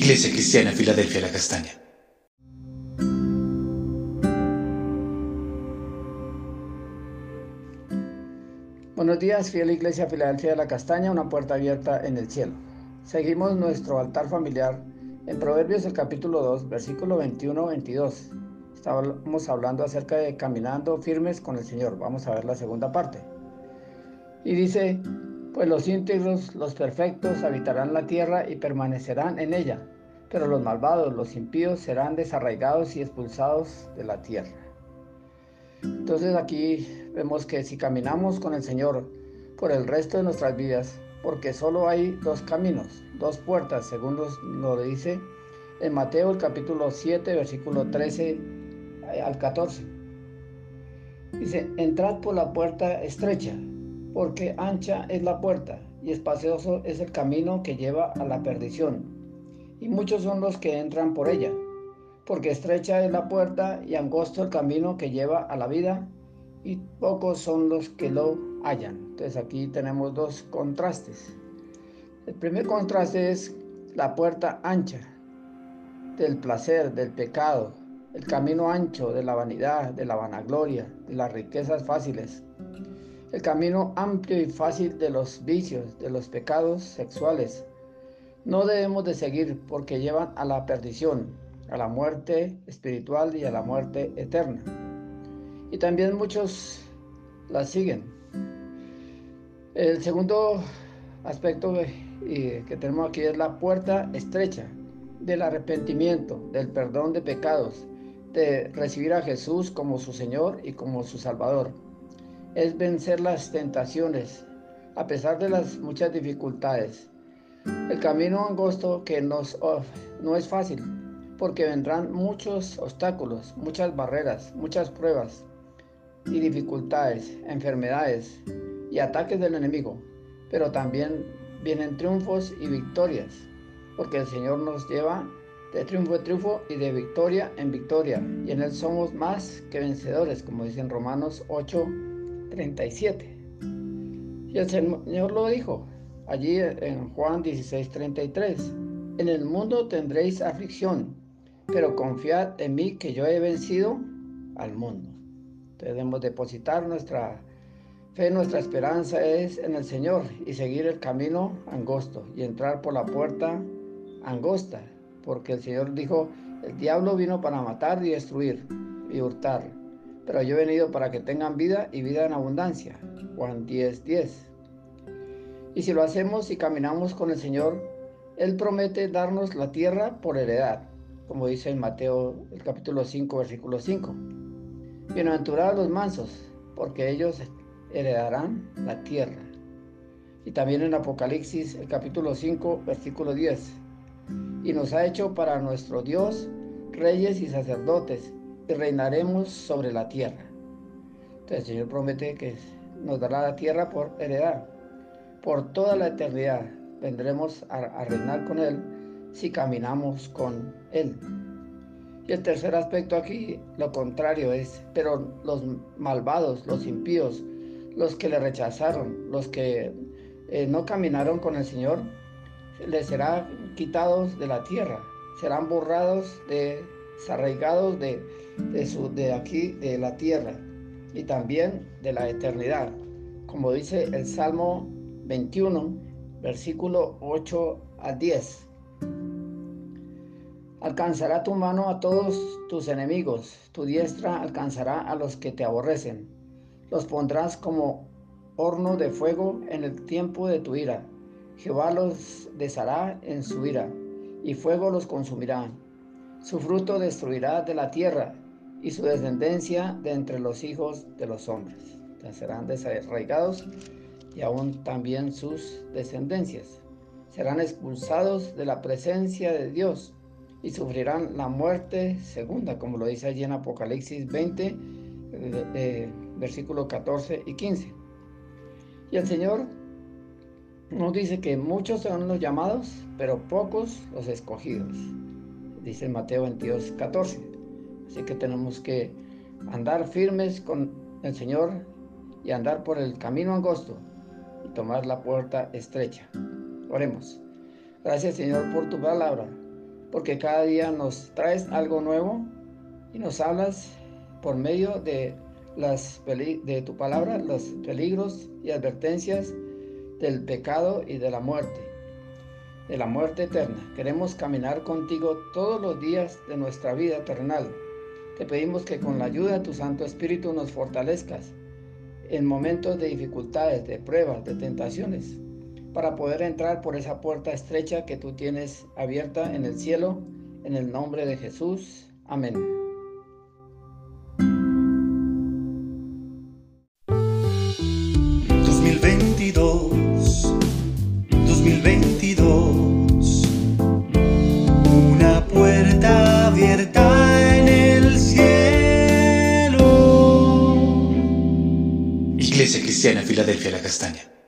Iglesia Cristiana Filadelfia La Castaña. Buenos días, fiel Iglesia Filadelfia de la Castaña, una puerta abierta en el cielo. Seguimos nuestro altar familiar en Proverbios el capítulo 2, versículo 21-22. Estamos hablando acerca de caminando firmes con el Señor. Vamos a ver la segunda parte. Y dice, pues los íntegros, los perfectos, habitarán la tierra y permanecerán en ella, pero los malvados, los impíos, serán desarraigados y expulsados de la tierra. Entonces aquí vemos que si caminamos con el Señor por el resto de nuestras vidas, porque solo hay dos caminos, dos puertas, según lo dice en Mateo el capítulo 7, versículo 13 al 14. Dice, entrad por la puerta estrecha, porque ancha es la puerta y espacioso es el camino que lleva a la perdición, y muchos son los que entran por ella. Porque estrecha es la puerta y angosto el camino que lleva a la vida, y pocos son los que lo hallan. Entonces aquí tenemos dos contrastes. El primer contraste es la puerta ancha del placer, del pecado, el camino ancho de la vanidad, de la vanagloria, de las riquezas fáciles, el camino amplio y fácil de los vicios, de los pecados sexuales. No debemos de seguir porque llevan a la perdición, a la muerte espiritual y a la muerte eterna. Y también muchos la siguen. El segundo aspecto que tenemos aquí es la puerta estrecha del arrepentimiento, del perdón de pecados, de recibir a Jesús como su Señor y como su Salvador. Es vencer las tentaciones a pesar de las muchas dificultades. El camino angosto que no es fácil, porque vendrán muchos obstáculos, muchas barreras, muchas pruebas y dificultades, enfermedades y ataques del enemigo, pero también vienen triunfos y victorias, porque el Señor nos lleva de triunfo en triunfo y de victoria en victoria, y en Él somos más que vencedores, como dice en Romanos 8:37. Y el Señor lo dijo allí en Juan 16:33, en el mundo tendréis aflicción, pero confiad en mí que yo he vencido al mundo. Debemos depositar nuestra fe, nuestra esperanza es en el Señor y seguir el camino angosto y entrar por la puerta angosta, porque el Señor dijo, el diablo vino para matar y destruir y hurtar, pero yo he venido para que tengan vida y vida en abundancia. Juan 10:10. Y si lo hacemos y caminamos con el Señor, Él promete darnos la tierra por heredad, como dice en Mateo el capítulo 5, versículo 5. Bienaventurados los mansos, porque ellos heredarán la tierra. Y también en Apocalipsis el capítulo 5, versículo 10. Y nos ha hecho para nuestro Dios reyes y sacerdotes, y reinaremos sobre la tierra. Entonces el Señor promete que nos dará la tierra por heredad. Por toda la eternidad vendremos a reinar con Él si caminamos con Él. Y el tercer aspecto aquí, lo contrario es, pero los malvados, los impíos, los que le rechazaron, los que no caminaron con el Señor, les será quitados de la tierra, serán borrados, desarraigados de aquí, de la tierra, y también de la eternidad, como dice el Salmo 21, versículo 8 al 10. Alcanzará tu mano a todos tus enemigos, tu diestra alcanzará a los que te aborrecen. Los pondrás como horno de fuego en el tiempo de tu ira. Jehová los deshará en su ira, y fuego los consumirá. Su fruto destruirá de la tierra, y su descendencia de entre los hijos de los hombres. Entonces serán desarraigados y aún también sus descendencias. Serán expulsados de la presencia de Dios y sufrirán la muerte segunda, como lo dice allí en Apocalipsis 20, versículos 14 y 15. Y el Señor nos dice que muchos son los llamados, pero pocos los escogidos. Dice en Mateo 22, 14. Así que tenemos que andar firmes con el Señor y andar por el camino angosto y tomar la puerta estrecha. Oremos. Gracias, Señor, por tu palabra. porque cada día nos traes algo nuevo y nos hablas por medio de tu palabra, los peligros y advertencias del pecado y de la muerte eterna. Queremos caminar contigo todos los días de nuestra vida terrenal. Te pedimos que con la ayuda de tu Santo Espíritu nos fortalezcas en momentos de dificultades, de pruebas, de tentaciones, para poder entrar por esa puerta estrecha que tú tienes abierta en el cielo, en el nombre de Jesús. Amén. Una puerta abierta en el cielo. Iglesia Cristiana Filadelfia La Castaña.